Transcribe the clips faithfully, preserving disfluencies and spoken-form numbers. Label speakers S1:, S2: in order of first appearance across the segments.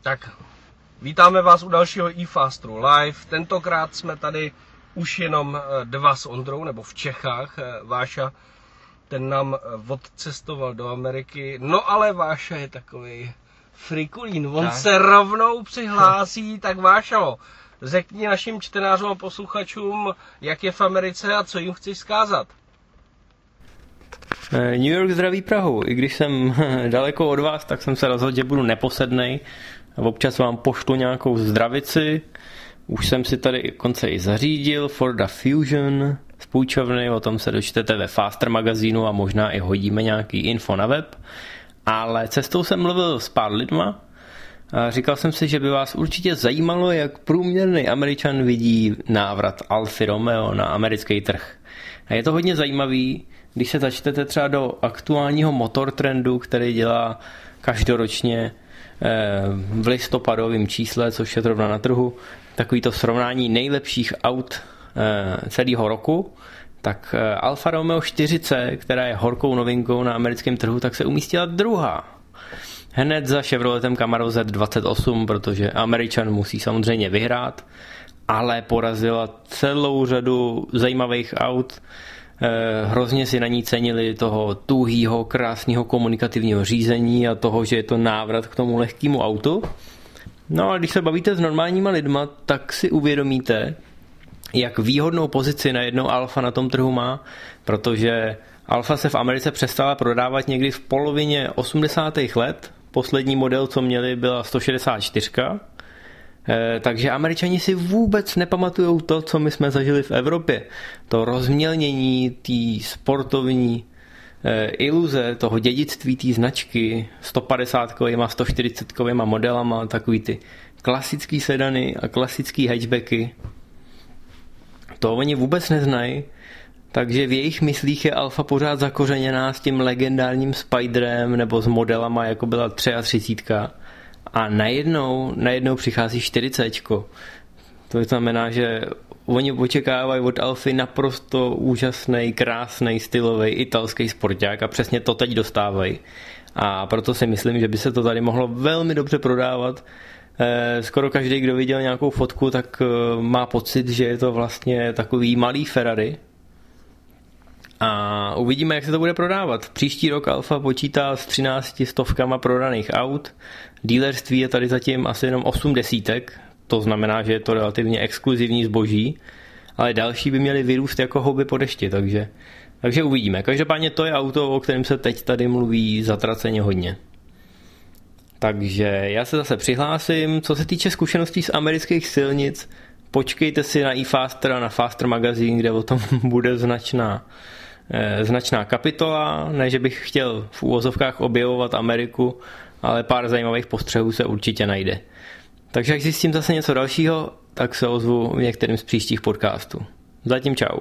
S1: Tak, vítáme vás u dalšího eFastru Live. Tentokrát jsme tady už jenom dva s Ondrou, nebo v Čechách. Váša, ten nám odcestoval do Ameriky. No ale Váša je takový frikulín, on tak se rovnou přihlásí. Tak Vášo, řekni našim čtenářům a posluchačům, jak je v Americe a co jim chceš vzkázat.
S2: New York zdraví Prahu. I když jsem daleko od vás, tak jsem se rozhodl, že budu neposednej. Občas vám pošlu nějakou zdravici. Už jsem si tady konce i zařídil Forda Fusion z půjčovny, o tom se dočtete ve Faster magazínu a možná i hodíme nějaký info na web. Ale cestou jsem mluvil s pár lidma a říkal jsem si, že by vás určitě zajímalo, jak průměrný Američan vidí návrat Alfy Romeo na americký trh. A je to hodně zajímavý, když se začtete třeba do aktuálního motor trendu, který dělá každoročně v listopadovém čísle, což je zrovna na trhu, takový to srovnání nejlepších aut celého roku, tak Alfa Romeo čtyři C, která je horkou novinkou na americkém trhu, tak se umístila druhá. Hned za Chevroletem Camaro Z dvacet osm, protože Američan musí samozřejmě vyhrát, ale porazila celou řadu zajímavých aut. Hrozně si na ní cenili toho tuhýho, krásného komunikativního řízení a toho, že je to návrat k tomu lehkému autu. No a když se bavíte s normálníma lidma, tak si uvědomíte, jak výhodnou pozici najednou Alfa na tom trhu má, protože Alfa se v Americe přestala prodávat někdy v polovině osmdesátých let. Poslední model, co měli, byla sto šedesát čtyři. Takže Američani si vůbec nepamatujou to, co my jsme zažili v Evropě. To rozmělnění té sportovní iluze, toho dědictví té značky sto padesátkovýma, sto čtyřicetkovýma modelama, takový ty klasický sedany a klasický hatchbacky. To oni vůbec neznají, takže v jejich myslích je Alfa pořád zakořeněná s tím legendárním Spiderem nebo s modelama, jako byla třicet tři. A najednou, najednou přichází čtyřicet. To znamená, že oni očekávají od Alfy naprosto úžasný, krásný, stylový italský sporták a přesně to teď dostávají. A proto si myslím, že by se to tady mohlo velmi dobře prodávat. Skoro každý, kdo viděl nějakou fotku, tak má pocit, že je to vlastně takový malý Ferrari. A uvidíme, jak se to bude prodávat. Příští rok Alfa počítá s třinácti stovkama prodaných aut. Dealerství je tady zatím asi jenom osm desítek, to znamená, že je to relativně exkluzivní zboží, ale další by měly vyrůst jako houby po dešti, takže, takže uvidíme. Každopádně to je auto, o kterém se teď tady mluví zatraceně hodně. Takže já se zase přihlásím. Co se týče zkušeností z amerických silnic, počkejte si na eFaster a na Faster magazín, kde o tom bude značná značná kapitola. Ne, že bych chtěl v úvozovkách objevovat Ameriku, ale pár zajímavých postřehů se určitě najde. Takže jak zjistím zase něco dalšího, tak se ozvu v některým z příštích podcastů. Zatím čau.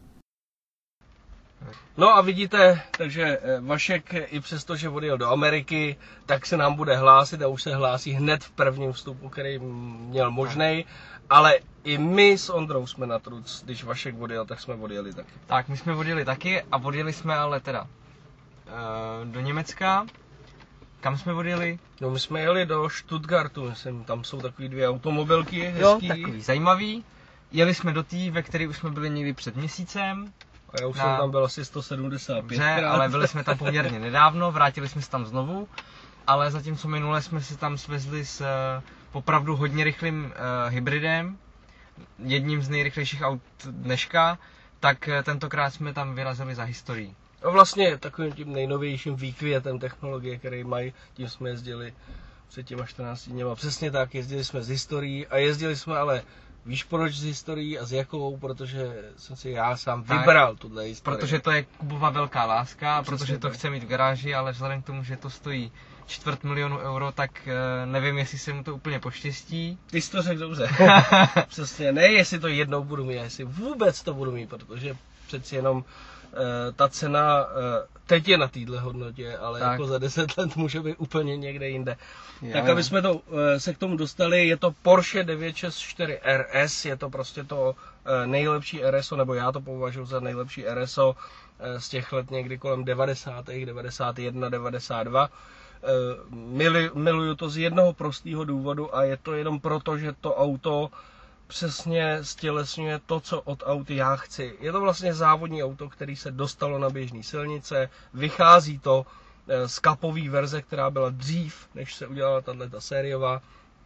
S1: No a vidíte, takže Vašek i přesto, že odjel do Ameriky, tak se nám bude hlásit a už se hlásí hned v prvním vstupu, který měl možnej, ale i my s Ondrou jsme na truc, když Vašek odjel, tak jsme odjeli taky.
S3: Tak, my jsme odjeli taky a odjeli jsme ale teda do Německa. Kam jsme odjeli?
S1: No my jsme jeli do Stuttgartu, myslím, tam jsou takový dvě automobilky hezký.
S3: Jo, takový zajímavý. Jeli jsme do té, ve které už jsme byli někdy před měsícem.
S1: A já už na... jsem tam byl asi sto sedmdesát pět
S3: krát. Ale byli jsme tam poměrně nedávno, vrátili jsme se tam znovu. Ale zatímco minule jsme se tam svezli s opravdu hodně rychlým uh, hybridem, jedním z nejrychlejších aut dneška, tak tentokrát jsme tam vyrazili za historií.
S1: A vlastně takovým tím nejnovějším výkvětem technologie, který mají, tím jsme jezdili před těma čtrnácti dněma. Přesně tak, jezdili jsme z historií a jezdili jsme ale, víš proč z historií a s jakou, protože jsem si já sám tak, vybral tuhle historii.
S3: Protože to je Kubova velká láska,
S1: Přesně
S3: protože to
S1: tak.
S3: chce mít v garáži, ale vzhledem k tomu, že to stojí čtvrt milionu euro, tak nevím, jestli se mu to úplně poštěstí.
S1: Ty jsi to řekl dobře. Přesně, ne jestli to jednou budu mít, jestli vůbec to budu mít, protože přeci jenom e, ta cena e, teď je na téhle hodnotě, ale tak. Jako za deset let může být úplně někde jinde. Je, tak aby jsme to, e, se k tomu dostali, je to Porsche devět šest čtyři R S, je to prostě to e, nejlepší R S O, nebo já to považuji za nejlepší R S O e, z těch let někdy kolem devadesátých, devadesát jedna, devadesát dva. Mili, miluju to z jednoho prostého důvodu a je to jenom proto, že to auto přesně stělesňuje to, co od aut já chci. Je to vlastně závodní auto, který se dostalo na běžné silnice, vychází to z kapové verze, která byla dřív, než se udělala tato sériová.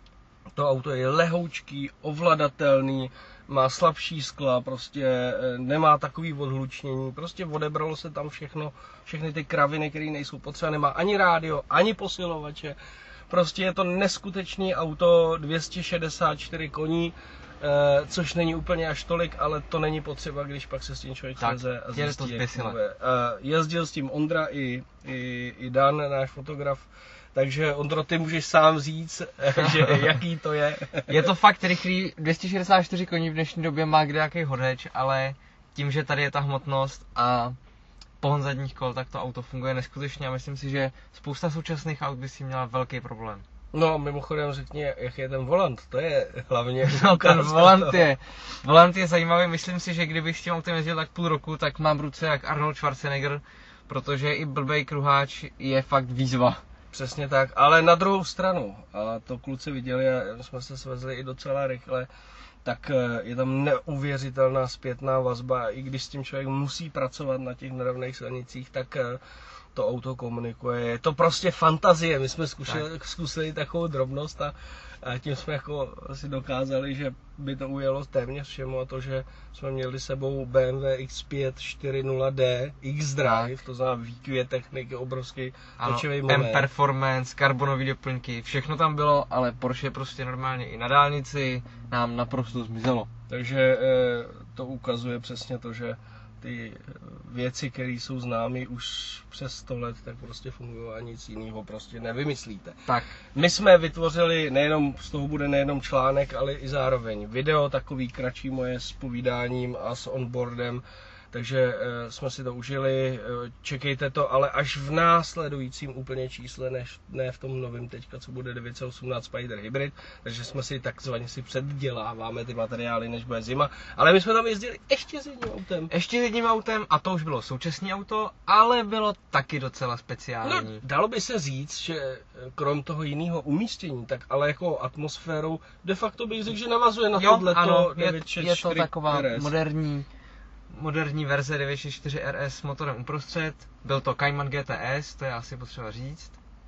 S1: To auto je lehoučký, ovladatelný, má slabší skla, prostě nemá takový odhlučnění, prostě odebralo se tam všechno, všechny ty kraviny, které nejsou potřeba, nemá ani rádio, ani posilovače. Prostě je to neskutečný auto, dvě stě šedesát čtyři koní, eh, což není úplně až tolik, ale to není potřeba, když pak se s tím člověk veze a zjistí, jak funguje. Eh, jezdil s tím Ondra i, i, i Dan, náš fotograf, takže Ondro, ty můžeš sám říct, že jaký to je.
S3: Je to fakt rychlý, dvě stě šedesát čtyři koní v dnešní době má kde jaký hodeč, ale tím, že tady je ta hmotnost a pohon zadních kol, tak to auto funguje neskutečně a myslím si, že spousta současných aut by si měla velký problém.
S1: No, mimochodem řekni, jak je ten volant, to je hlavně...
S3: No, ten volant je, volant je zajímavý, myslím si, že kdybych s tím autem jezdil tak půl roku, tak mám ruce jak Arnold Schwarzenegger, protože i blbej kruháč je fakt výzva.
S1: Přesně tak, ale na druhou stranu, a to kluci viděli a jsme se svezli i docela rychle, tak je tam neuvěřitelná zpětná vazba. I když s tím člověk musí pracovat na těch nerovných silnicích, tak to auto komunikuje. Je to prostě fantazie. My jsme zkusili, tak. zkusili takovou drobnost a, a tím jsme jako si dokázali, že by to ujelo téměř všemu, a to, že jsme měli sebou B M W X pět čtyřicet D X-Drive, to znamená výkvět techniky, obrovský točivý moment.
S3: M-Performance, karbonové doplňky, všechno tam bylo, ale Porsche prostě normálně i na dálnici nám naprosto zmizelo.
S1: Takže to ukazuje přesně to, že ty věci, které jsou známy už přes sto let, tak prostě fungují a nic jiného prostě nevymyslíte.
S3: Tak.
S1: My jsme vytvořili, nejenom, z toho bude nejenom článek, ale i zároveň video, takový kratší moje s povídáním a s onboardem, takže e, jsme si to užili, e, čekejte to, ale až v následujícím úplně čísle, než, ne v tom novém teďka, co bude devět set osmnáct Spider Hybrid, takže jsme si takzvaně si předděláváme ty materiály, než bude zima, ale my jsme tam jezdili ještě s jedním autem.
S3: Ještě s jedním autem a to už bylo současné auto, ale bylo taky docela speciální.
S1: No, dalo by se říct, že krom toho jiného umístění, tak ale jako atmosférou de facto bych řekl, že navazuje na tohleto devět set čtyřicet čtyři
S3: je to taková
S1: R S.
S3: moderní moderní verze devět set čtyřicet čtyři R S s motorem uprostřed. Byl to Cayman G T S, to je asi potřeba říct.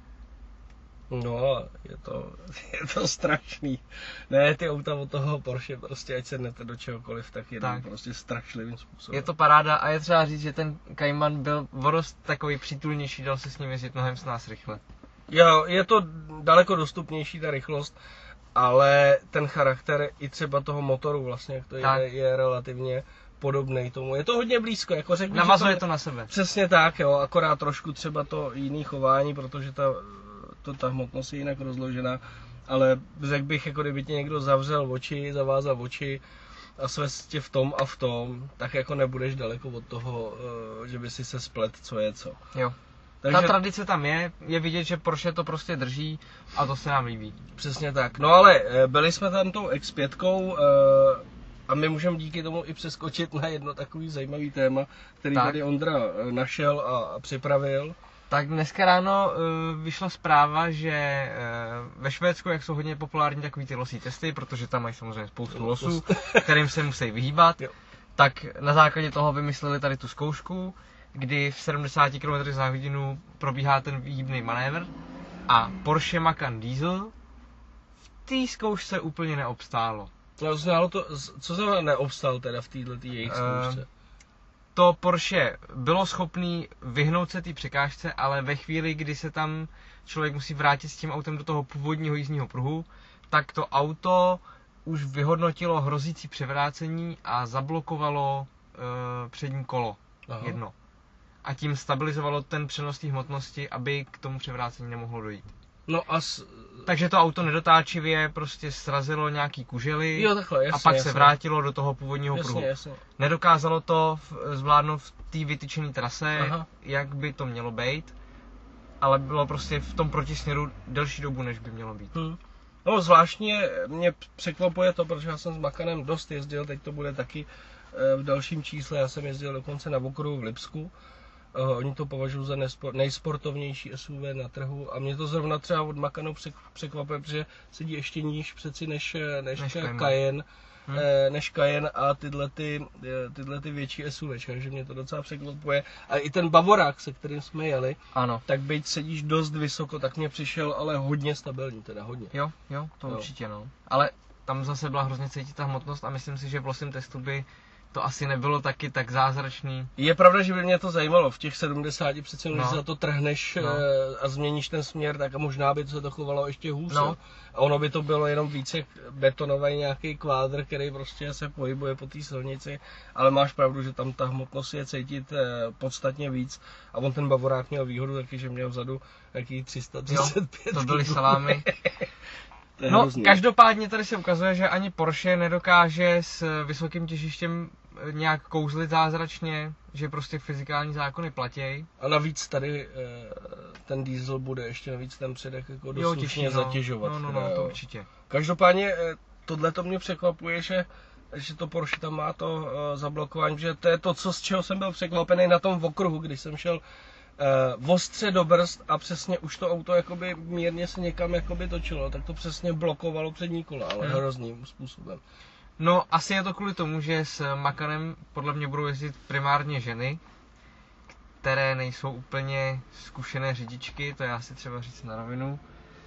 S1: No, je to, je to strašný. Ne, ty auta od toho Porsche, prostě ať se jdete do čehokoliv, tak jedou tak. Prostě strašlivým způsobem.
S3: Je to paráda a je třeba říct, že ten Cayman byl vodost takový přítulnější, dal se s ním jezdit mnohem s nás rychle.
S1: Jo, je to daleko dostupnější ta rychlost, ale ten charakter i třeba toho motoru vlastně, jak to je, je relativně podobnej tomu. Je to hodně blízko, jako řekl,
S3: navazuje to, to na sebe.
S1: Přesně tak, jo, akorát trošku třeba to jiný chování, protože ta, to, ta hmotnost je jinak rozložená, ale řekl bych, jako kdyby tě někdo zavřel oči, zavázal oči a svést tě v tom a v tom, tak jako nebudeš daleko od toho, že by si se splet, co je co.
S3: Jo. Takže ta tradice tam je, je vidět, že Porsche to prostě drží a to se nám líbí.
S1: Přesně tak, no ale byli jsme tam tou X pět a my můžeme díky tomu i přeskočit na jedno takový zajímavý téma, který tak. tady Ondra našel a připravil.
S3: Tak dneska ráno uh, vyšla zpráva, že uh, ve Švédsku, jak jsou hodně populární takový ty losí testy, protože tam mají samozřejmě spoustu losů, kterým se musí vyhýbat, jo. Tak na základě toho vymysleli tady tu zkoušku, kdy v sedmdesát kilometrů za hodinu probíhá ten výhybný manévr a Porsche Macan Diesel v té zkoušce úplně neobstálo.
S1: No, znalo to, co znamená neobstál teda v této jejich zkoušce? Uh,
S3: to Porsche bylo schopný vyhnout se té překážce, ale ve chvíli, kdy se tam člověk musí vrátit s tím autem do toho původního jízdního pruhu, tak to auto už vyhodnotilo hrozící převrácení a zablokovalo uh, přední kolo. Aha. Jedno. A tím stabilizovalo ten přenos té hmotnosti, aby k tomu převrácení nemohlo dojít.
S1: No a s...
S3: Takže to auto nedotáčivě prostě srazilo nějaký kužely
S1: jo, takhle, jasně,
S3: a pak
S1: jasně.
S3: se vrátilo do toho původního
S1: jasně,
S3: pruhu.
S1: Jasně.
S3: Nedokázalo to v, zvládnout v té vytyčené trase, aha. Jak by to mělo být, ale bylo prostě v tom protisměru delší dobu, než by mělo být.
S1: Hmm. No zvláštně mě překvapuje to, protože já jsem s Macanem dost jezdil, teď to bude taky v dalším čísle, já jsem jezdil dokonce na okruhu v Lipsku. Uh, oni to považují za nespor, nejsportovnější S U V na trhu a mě to zrovna třeba od Macanu překvapuje, protože sedí ještě níž přeci než, než, než Cayenne. Hmm. než Cayenne a tyhle, ty, tyhle ty větší SUVčka, takže mě to docela překvapuje. A i ten Bavorák, se kterým jsme jeli,
S3: ano.
S1: Tak byť sedíš dost vysoko, tak mě přišel ale hodně stabilní, teda hodně.
S3: Jo, jo, to
S1: jo.
S3: Určitě no. Ale tam zase byla hrozně cítit ta hmotnost a myslím si, že v losím testu by to asi nebylo taky tak zázračný.
S1: Je pravda, že by mě to zajímalo, v těch sedmdesáti přece, no. Když za to trhneš no. a změníš ten směr, tak a možná by se to chovalo ještě hůř. No. A ono by to bylo jenom více betonový nějaký kvádr, který prostě se pohybuje po té silnici, ale máš pravdu, že tam ta hmotnost je cítit podstatně víc a on ten Bavorák měl výhodu taky, že měl vzadu nějaký tři sta třicet pět.
S3: Jo, to byly salámy. No, hrozný. Každopádně tady se ukazuje, že ani Porsche nedokáže s vysokým těžištěm nějak kouzlit zázračně, že prostě fyzikální zákony platějí.
S1: A navíc tady ten diesel bude ještě navíc ten předek jako doslušně no. zatěžovat.
S3: No, no, no, to určitě.
S1: Každopádně tohle to mě překvapuje, že, že to Porsche tam má to uh, zablokování, že to je to, co, z čeho jsem byl překvapený na tom okruhu, když jsem šel uh, ostře do brzd a přesně už to auto jakoby mírně se někam jakoby točilo, tak to přesně blokovalo přední kola, ale hmm. hrozným způsobem.
S3: No, asi je to kvůli tomu, že s Macanem podle mě budou jezdit primárně ženy, které nejsou úplně zkušené řidičky, to je asi třeba říct na rovinu.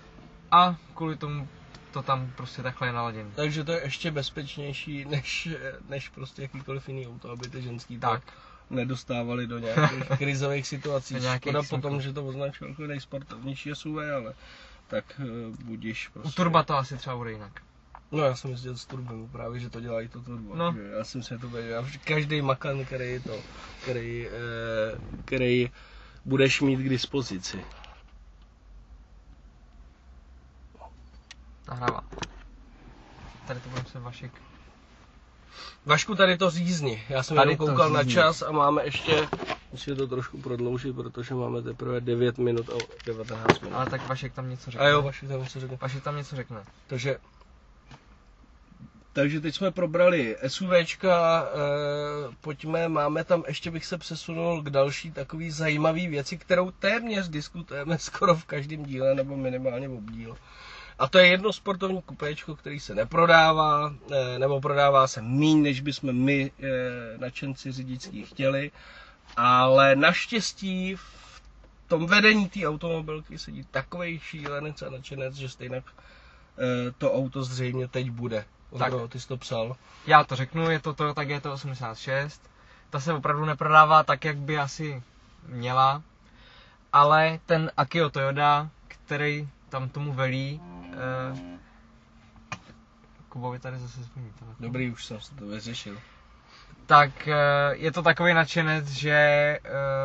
S3: A kvůli tomu to tam prostě takhle je naladěné.
S1: Takže to je ještě bezpečnější než, než prostě jakýkoliv jiný auto, aby ty ženský tak nedostávali do nějakých krizových situací. Škoda potom, že to označil jako nejsportovnější S U V, ale tak budiš prostě.
S3: U Turba to asi třeba bude jinak.
S1: No já jsem jezdil s turbem, právě že to dělají to turbo.
S3: No.
S1: Já jsem se to věděl. Každý Macan, který to, který, který budeš mít k dispozici.
S3: Nahrává. Tady to bude se Vašek.
S1: Vašku, tady to řízni. Já jsem tady jenom koukal na čas a máme ještě, musíme to trošku prodloužit, protože máme teprve devět minut a devatenáct minut.
S3: Ale tak Vašek tam něco řekne.
S1: A jo, Vašek tam něco řekne.
S3: Vašek tam něco řekne.
S1: Takže Takže teď jsme probrali SUVčka, eh, pojďme, máme tam, ještě bych se přesunul k další takový zajímavý věci, kterou téměř diskutujeme skoro v každém díle, nebo minimálně v obdíl. A to je jedno sportovní kupéčko, který se neprodává, eh, nebo prodává se míň, než bychom my eh, nadšenci řidičský chtěli, ale naštěstí v tom vedení té automobilky sedí takovej šílenec a nadšenec, že stejně eh, to auto zřejmě teď bude. Tak, Ondro, ty jsi to psal.
S3: Já to řeknu, je to Toyota G T osmdesát šest. Ta se opravdu neprodává tak, jak by asi měla. Ale ten Akio Toyoda, který tam tomu velí... Eh, Kubovi tady zase zvoní.
S1: Dobrý, už jsem si to vyřešil.
S3: Tak eh, je to takový nadšenec, že eh,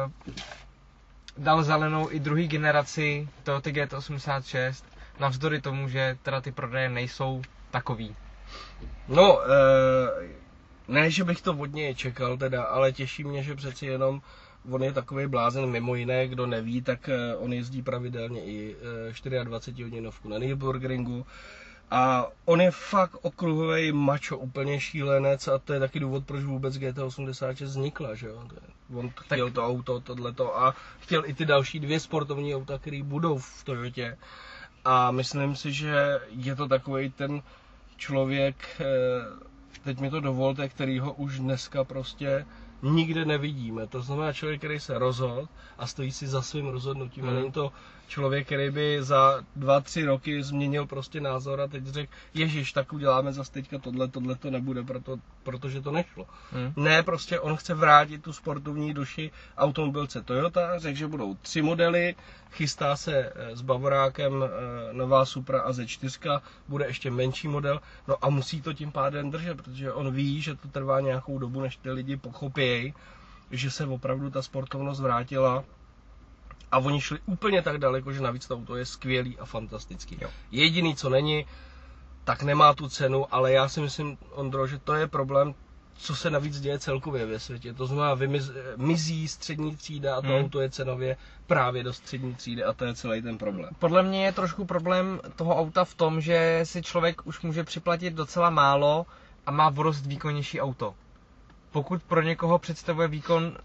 S3: dal zelenou i druhý generaci Toyota G T osmdesát šest. Navzdory tomu, že teda ty prodeje nejsou takový.
S1: No, e, ne, že bych to od něj čekal teda, ale těší mě, že přeci jenom on je takový blázen, mimo jiné, kdo neví, tak on jezdí pravidelně i dvacet čtyři hodinovku na Nürburgringu a on je fakt okruhový mačo, úplně šílenec a to je taky důvod, proč vůbec G T osmdesát šest vznikla, že jo. On chtěl to auto, tohleto a chtěl i ty další dvě sportovní auta, které budou v Toyotě a myslím si, že je to takový ten člověk, teď mi to dovolte, kterýho už dneska prostě nikde nevidíme. To znamená člověk, který se rozhodl a stojí si za svým rozhodnutím. Hmm. Není to člověk, který by za dva, tři roky změnil prostě názor a teď řekl, ježiš, tak uděláme zase teďka tohle, tohle to nebude, proto, protože to nešlo. Hmm. Ne, prostě on chce vrátit tu sportovní duši automobilce Toyota, řekl, že budou tři modely, chystá se s Bavorákem nová Supra A Z čtyři, bude ještě menší model, no a musí to tím pádem držet, protože on ví, že to trvá nějakou dobu, než ty lidi pochopějí, že se opravdu ta sportovnost vrátila a oni šli úplně tak daleko, že navíc to auto je skvělý a fantastický. Jo. Jediný, co není, tak nemá tu cenu, ale já si myslím, Ondro, že to je problém, co se navíc děje celkově ve světě. To znamená, vymiz, mizí střední třída a to hmm. auto je cenově právě do střední třídy a to je celý ten problém.
S3: Podle mě je trošku problém toho auta v tom, že si člověk už může připlatit docela málo a má o dost výkonnější auto. Pokud pro někoho představuje výkon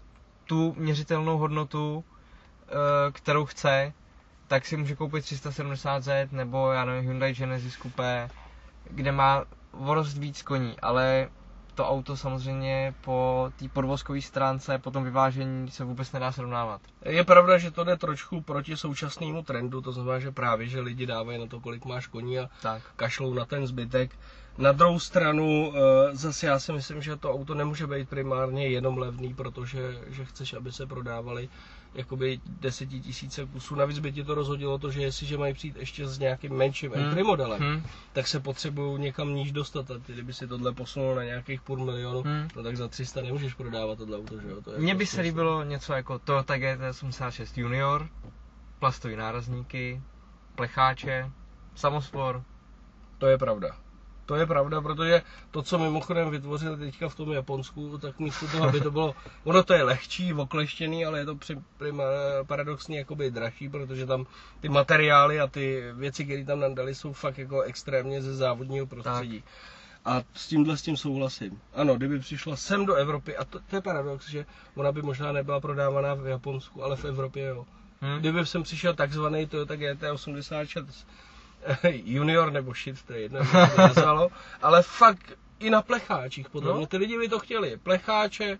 S3: tu měřitelnou hodnotu, kterou chce, tak si může koupit tři sta sedmdesát zet nebo já nevím, Hyundai Genesis Coupé, kde má o dost víc koní, ale to auto samozřejmě po té podvozkové stránce, po tom vyvážení se vůbec nedá srovnávat.
S1: Je pravda, že to jde trošku proti současnému trendu, to znamená, že právě, že lidi dávají na to, kolik máš koní a
S3: tak.
S1: kašlou na ten zbytek. Na druhou stranu, zase já si myslím, že to auto nemůže být primárně jenom levný, protože že chceš, aby se prodávaly jakoby desetitisíce kusů. Navíc by ti to rozhodilo to, že jestliže mají přijít ještě s nějakým menším hmm. entry modelem, hmm. tak se potřebují někam níž dostat. A ty, kdyby si tohle posunul na nějakých půl milionu, hmm. no tak za tři sta nemůžeš prodávat tohle auto, že jo? To je
S3: Mně by
S1: prostě
S3: se líbilo něco jako Toyota G T osmdesát šest Junior, plastový nárazníky, plecháče, samospor.
S1: To je pravda. To je pravda, protože to, co mimochodem vytvořili teďka v tom Japonsku, tak místo toho, aby to bylo, ono to je lehčí, okleštěný, ale je to při, prima, paradoxně jakoby dražší, protože tam ty materiály a ty věci, které tam nadali, jsou fakt jako extrémně ze závodního prostředí. Tak. A s tímhle s tím souhlasím. Ano, kdyby přišla sem do Evropy, a to, to je paradox, že ona by možná nebyla prodávaná v Japonsku, ale v Evropě jo. Hmm. Kdyby sem přišel takzvaný Toyota G T osmdesát šest Junior nebo shit, to je jedno, jak to nazvalo, ale fakt i na plecháčích potom, no. Ty lidi by to chtěli, plecháče,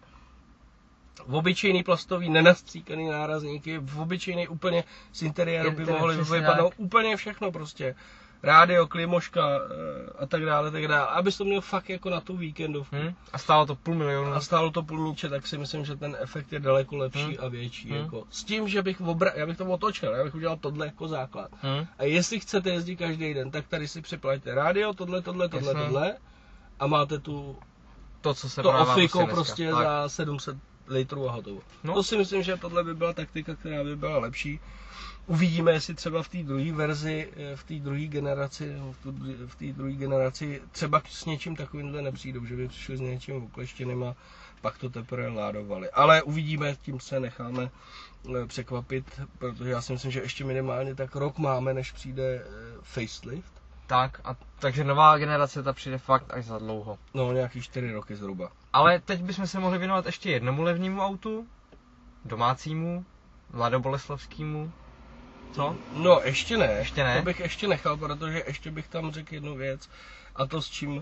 S1: v obyčejný plastový, nenastříkaný nárazníky, v obyčejný úplně z interiéru by mohli vypadnout úplně všechno prostě. Rádio, klimoška a tak dále, tak dále, abys to měl fakt jako na tu víkendovku. Hmm.
S3: A stálo to půl milionu.
S1: A stálo to půl míče, tak si myslím, že ten efekt je daleko lepší hmm. a větší. Hmm. Jako. S tím, že bych obra... já bych to otočil, já bych udělal tohle jako základ. Hmm. A jestli chcete jezdit každý den, tak tady si připlaťte rádio, tohle, tohle, tohle, Jasně. tohle a máte tu
S3: to, co se
S1: to ofiko prostě tak. Za sedm set litrů a hotovo. No. To si myslím, že tohle by byla taktika, která by byla lepší. Uvidíme, jestli třeba v té druhé verzi, v té druhé generaci, v té druhé generaci třeba s něčím takovýmhle nepřijdou, že by přišli s něčím ukleštěným a pak to teprve ládovali. Ale uvidíme, tím se necháme překvapit, protože já si myslím, že ještě minimálně tak rok máme, než přijde facelift.
S3: Tak, a takže nová generace ta přijde fakt až za dlouho.
S1: No, nějaký čtyři roky zhruba.
S3: Ale teď bychom se mohli věnovat ještě jednomu levnému autu, domácímu, mladoboleslavskému. Co?
S1: No, ještě ne.
S3: Ještě ne.
S1: To bych ještě nechal, protože ještě bych tam řekl jednu věc, a to s čím,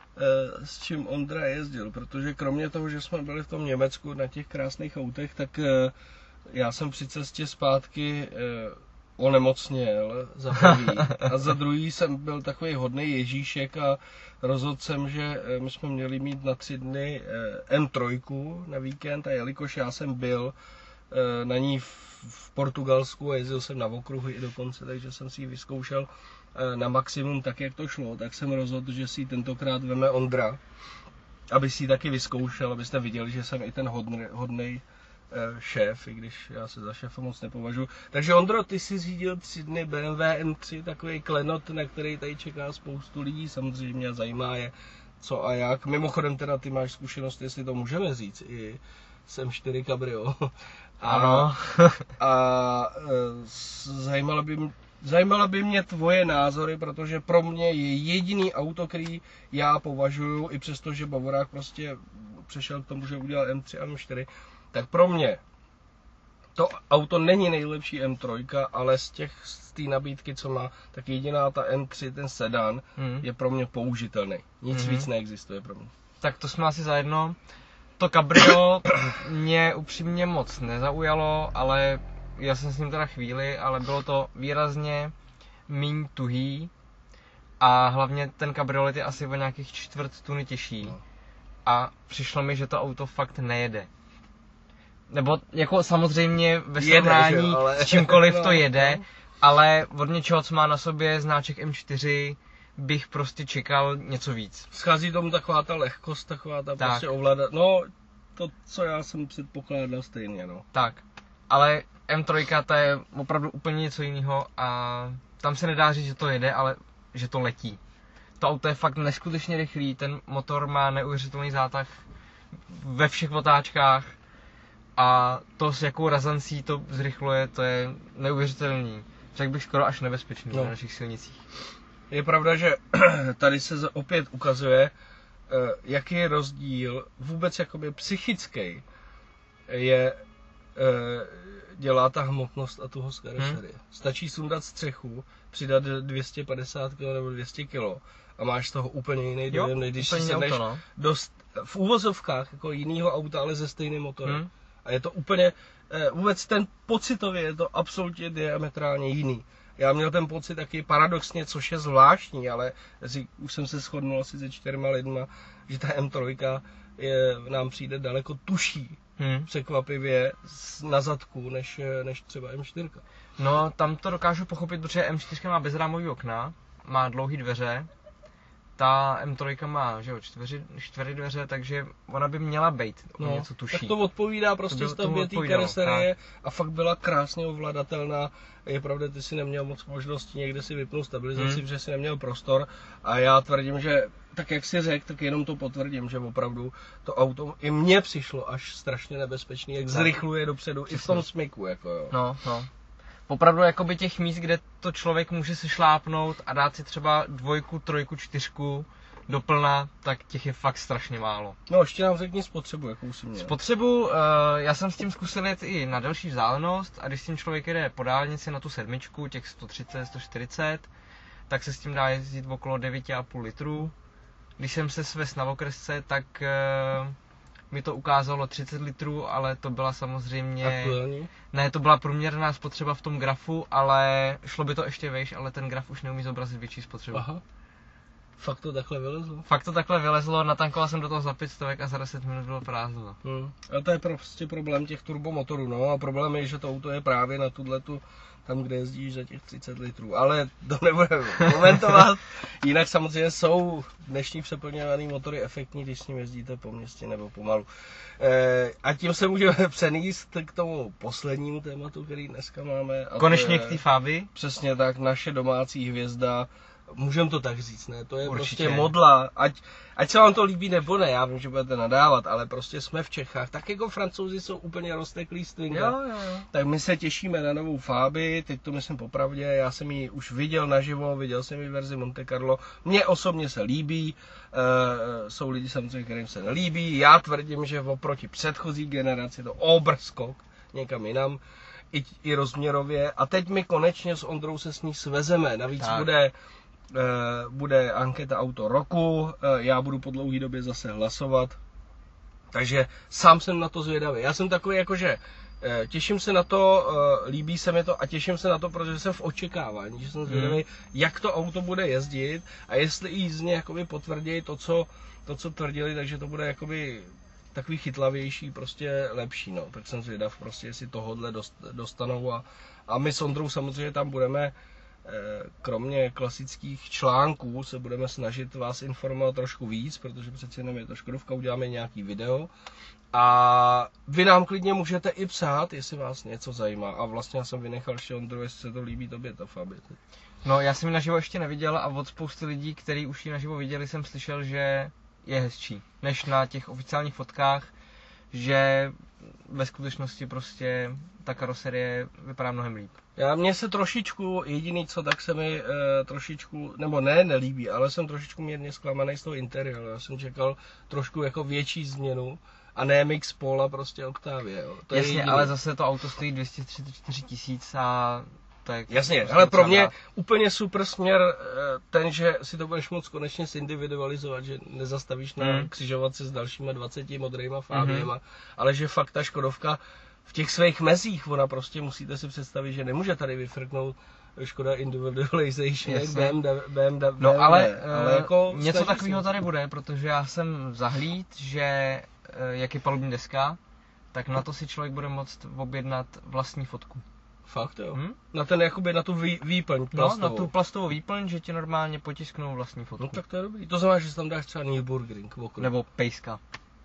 S1: s čím Ondra jezdil, protože kromě toho, že jsme byli v tom Německu na těch krásných autech, tak já jsem při cestě zpátky onemocněl za prvý a za druhý jsem byl takový hodnej Ježíšek a rozhodl jsem, že my jsme měli mít na tři dny M tři na víkend a jelikož já jsem byl na ní v Portugalsku a jezdil jsem na okruhy i dokonce, takže jsem si ji vyzkoušel na maximum tak, jak to šlo, tak jsem rozhodl, že si ji tentokrát veme Ondra, aby si ji taky vyzkoušel, abyste viděli, že jsem i ten hodnej, hodnej šéf, i když já se za šéfa moc nepovažuji. Takže Ondro, ty si řídil tři dny B M W M tři, takový klenot, na který tady čeká spoustu lidí, samozřejmě zajímá je co a jak. Mimochodem teda ty máš zkušenost, jestli to můžeme říct, i s M čtyři Cabrio.
S3: Ano.
S1: A, a zajímalo by mě, Zajímala by mě tvoje názory, protože pro mě je jediný auto, který já považuji, i přesto, že Bavorák prostě přešel k tomu, že udělal M tři a M čtyři, tak pro mě to auto není nejlepší M tři, ale z těch z té nabídky, co má, tak jediná ta M tři, ten sedan, hmm. je pro mě použitelný. Nic hmm. víc neexistuje pro mě.
S3: Tak to jsme asi zajedno. To Cabrio mě upřímně moc nezaujalo, ale já jsem s ním teda chvíli, ale bylo to výrazně míň tuhý a hlavně ten kabriolet je asi o nějakých čtvrt tuny těžší no. A přišlo mi, že to auto fakt nejede. Nebo jako samozřejmě ve srovnání ale... s čímkoliv no, to jede, no. Ale od něčeho, co má na sobě značek M čtyři, bych prostě čekal něco víc.
S1: Schází tomu taková ta lehkost, taková ta tak. Prostě ovládat, no to, co já jsem předpokládal stejně, no.
S3: Tak, ale M tři to je opravdu úplně něco jiného a tam se nedá říct, že to jede, ale že to letí. To auto je fakt neskutečně rychlý, ten motor má neuvěřitelný zátah ve všech otáčkách a to, s jakou razancí to zrychluje, to je neuvěřitelný. Řekl bych skoro až nebezpečný no. Na našich silnicích.
S1: Je pravda, že tady se opět ukazuje, jaký je rozdíl vůbec jakoby psychický je dělá ta hmotnost a tuhost karoserie. Hmm. Stačí sundat střechu, přidat dvě stě padesát kilo nebo dvě stě kilo a máš z toho úplně jiný dojem, než když si sedneš no. dost v úvozovkách jako jinýho auta, ale se stejným motorem. Hmm. A je to úplně, vůbec ten pocitově je to absolutně diametrálně jiný. Já měl ten pocit taky paradoxně, což je zvláštní, ale už jsem se shodnul asi se čtyřma lidma, že ta M tři je, nám přijde daleko tuší, hmm. překvapivě na zadku, než, než třeba M čtyři.
S3: No, tam to dokážu pochopit, protože M čtyři má bezrámový okna, má dlouhé dveře, ta M tři má, že jo, čtyři, čtyři dveře, takže ona by měla být
S1: no,
S3: něco tuší.
S1: Tak to odpovídá prostě stavbě té karoserie a fakt byla krásně ovladatelná. Je pravda, ty si neměl moc možností někde si vypnout stabilizaci, hmm. protože si neměl prostor a já tvrdím, že tak jak si řekl, tak jenom to potvrdím, že opravdu to auto i mně přišlo až strašně nebezpečný, jak zrychluje dopředu i v tom smyku, jako jo.
S3: No, no. Opravdu jakoby těch míst, kde to člověk může se šlápnout a dát si třeba dvojku, trojku, čtyřku doplna, tak těch je fakt strašně málo.
S1: No ještě nám řekni spotřebu, jakou jsi měl.
S3: Spotřebu, uh, já jsem s tím zkusil jet i na delší vzdálenost a když s tím člověk jede po dálnici na tu sedmičku, těch sto třicet, sto čtyřicet, tak se s tím dá jezdit okolo devět a půl litru. Když jsem se svez na okresce, tak uh, mi to ukázalo třicet litrů, ale to byla samozřejmě...
S1: Aktuální?
S3: Ne, to byla průměrná spotřeba v tom grafu, ale šlo by to ještě vejš, ale ten graf už neumí zobrazit větší spotřebu.
S1: Aha. Fakt to takhle vylezlo?
S3: Fakt to takhle vylezlo, natankoval jsem do toho za pět stovek a za deset minut bylo prázdno.
S1: Hmm. A to je prostě problém těch turbomotorů, no a problém je, že to auto je právě na tuhletu, tam, kde jezdíš za těch třicet litrů, ale to nebudeme komentovat. Jinak samozřejmě jsou dnešní přeplňované motory efektní, když s ním jezdíte po městě nebo pomalu. E, a tím se můžeme přenést k tomu poslednímu tématu, který dneska máme. A
S3: konečně k té Fabii.
S1: Přesně tak, naše domácí hvězda. Můžeme to tak říct, ne? To je
S3: určitě
S1: prostě modla, ať, ať se vám to líbí nebo ne, já vím, že budete nadávat, ale prostě jsme v Čechách, tak jako Francouzi jsou úplně rozteklý stringa,
S3: jo, jo, jo.
S1: Tak my se těšíme na novou Fabii, teď to myslím popravdě, já jsem ji už viděl naživo, viděl jsem ji verzi Monte Carlo, mně osobně se líbí, e, jsou lidi samozřejmě, kterým se nelíbí, já tvrdím, že oproti předchozí generaci to obrskok někam jinam, i, i rozměrově a teď my konečně s Ondrou se s ní svezeme, navíc tak. bude bude anketa auto roku, já budu po dlouhé době zase hlasovat, takže sám jsem na to zvědavý. Já jsem takový jakože těším se na to, líbí se mi to a těším se na to, protože jsem v očekávání, že jsem zvědavý, hmm. jak to auto bude jezdit a jestli i jízdně jakoby potvrdí to, co, to, co tvrdili, takže to bude jakoby takový chytlavější, prostě lepší, no. Tak jsem zvědav prostě, jestli tohodle dostanou a, a my s Ondrou samozřejmě tam budeme. Kromě klasických článků se budeme snažit vás informovat trošku víc, protože přeci jenom je to Škodovka, uděláme nějaký video a vy nám klidně můžete i psát, jestli vás něco zajímá a vlastně já jsem vynechal ještě Ondru, jestli se to líbí tobě ta Fabie.
S3: No já jsem ji naživo ještě neviděl a od spousty lidí, kteří už ji naživo viděli, jsem slyšel, že je hezčí než na těch oficiálních fotkách, že ve skutečnosti prostě ta karoserie vypadá mnohem líp.
S1: Já mně se trošičku, jediný co, tak se mi e, trošičku, nebo ne, nelíbí, ale jsem trošičku mírně zklamaný z toho interiéru. Já jsem čekal trošku jako větší změnu a ne mix Pola, prostě Octavia. Jo. To
S3: jasně,
S1: je
S3: ale zase to auto stojí dvě stě třicet čtyři tisíc a tak.
S1: Jasně, ale pro mě dát. Úplně super směr ten, že si to budeš moct konečně sindividualizovat, že nezastavíš na hmm. křižovatce s dalšíma dvaceti modrýma Fabiema, hmm. ale že fakt ta Škodovka v těch svých mezích, ona prostě musíte si představit, že nemůže tady vyfrknout Škoda Individualization, B M W, B M W,
S3: no ale,
S1: ale jako
S3: něco takového tady bude, protože já jsem zahlíd, že jak je palubní deska, tak na to si člověk bude moct objednat vlastní fotku.
S1: Fakt jo? Hmm? Na ten jakoby na tu vý, výplň plastovou.
S3: No, na tu plastovou výplň, že ti normálně potisknou vlastní fotku.
S1: No tak to je dobrý. To znamená, že tam dáš třeba Nürburgring okolo.
S3: Nebo pejska.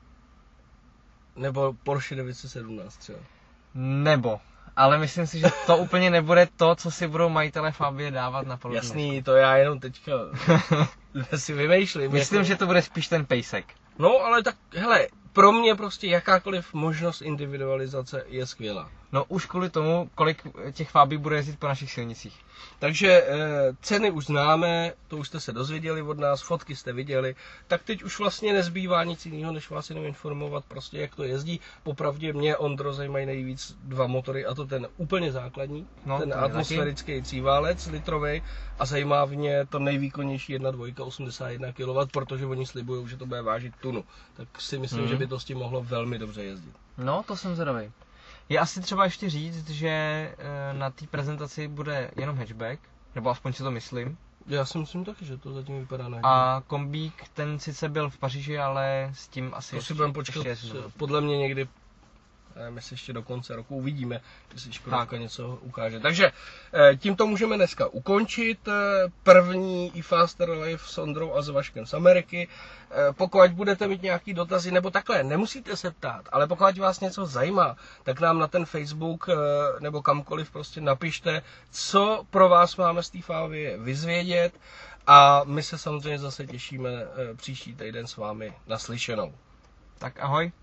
S1: Nebo Porsche devět set sedmnáct třeba.
S3: Nebo. Ale myslím si, že to úplně nebude to, co si budou majitelé Fabie dávat na palubní.
S1: Jasný, to já jenom teďka si vymýšlím.
S3: Myslím, jako... že to bude spíš ten pejsek.
S1: No, ale tak, hele, pro mě prostě jakákoliv možnost individualizace je skvělá.
S3: No už kvůli tomu, kolik těch fábí bude jezdit po našich silnicích.
S1: Takže e, ceny už známe, to už jste se dozvěděli od nás, fotky jste viděli, tak teď už vlastně nezbývá nic jiného, než vás jenom informovat prostě, jak to jezdí. Popravdě mě, Ondro, zajímají nejvíc dva motory, a to ten úplně základní,
S3: no,
S1: ten atmosférický cíválec litrový, a zajímá mě to nejvýkonnější jedna dvojka osmdesát jedna kilowattů, protože oni slibují, že to bude vážit tunu. Tak si myslím, hmm. že by to s tím mohlo velmi dobře jezdit.
S3: No, to jsem zvědavý. Je asi třeba ještě říct, že na té prezentaci bude jenom hatchback, nebo aspoň si to myslím.
S1: Já si myslím taky, že to zatím vypadá na
S3: A kombík, ten sice byl v Paříži, ale s tím asi
S1: to si budeme počkat, podle mě někdy, nevím, jestli ještě do konce roku uvidíme, jestli Škodovka něco ukáže. Takže tímto můžeme dneska ukončit první eFaster Live s Ondrou a s Vaškem z Ameriky. Pokud budete mít nějaký dotazy, nebo takhle, nemusíte se ptát, ale pokud vás něco zajímá, tak nám na ten Facebook nebo kamkoliv prostě napište, co pro vás máme z té fávy vyzvědět, a my se samozřejmě zase těšíme příští týden s vámi naslyšenou.
S3: Tak ahoj.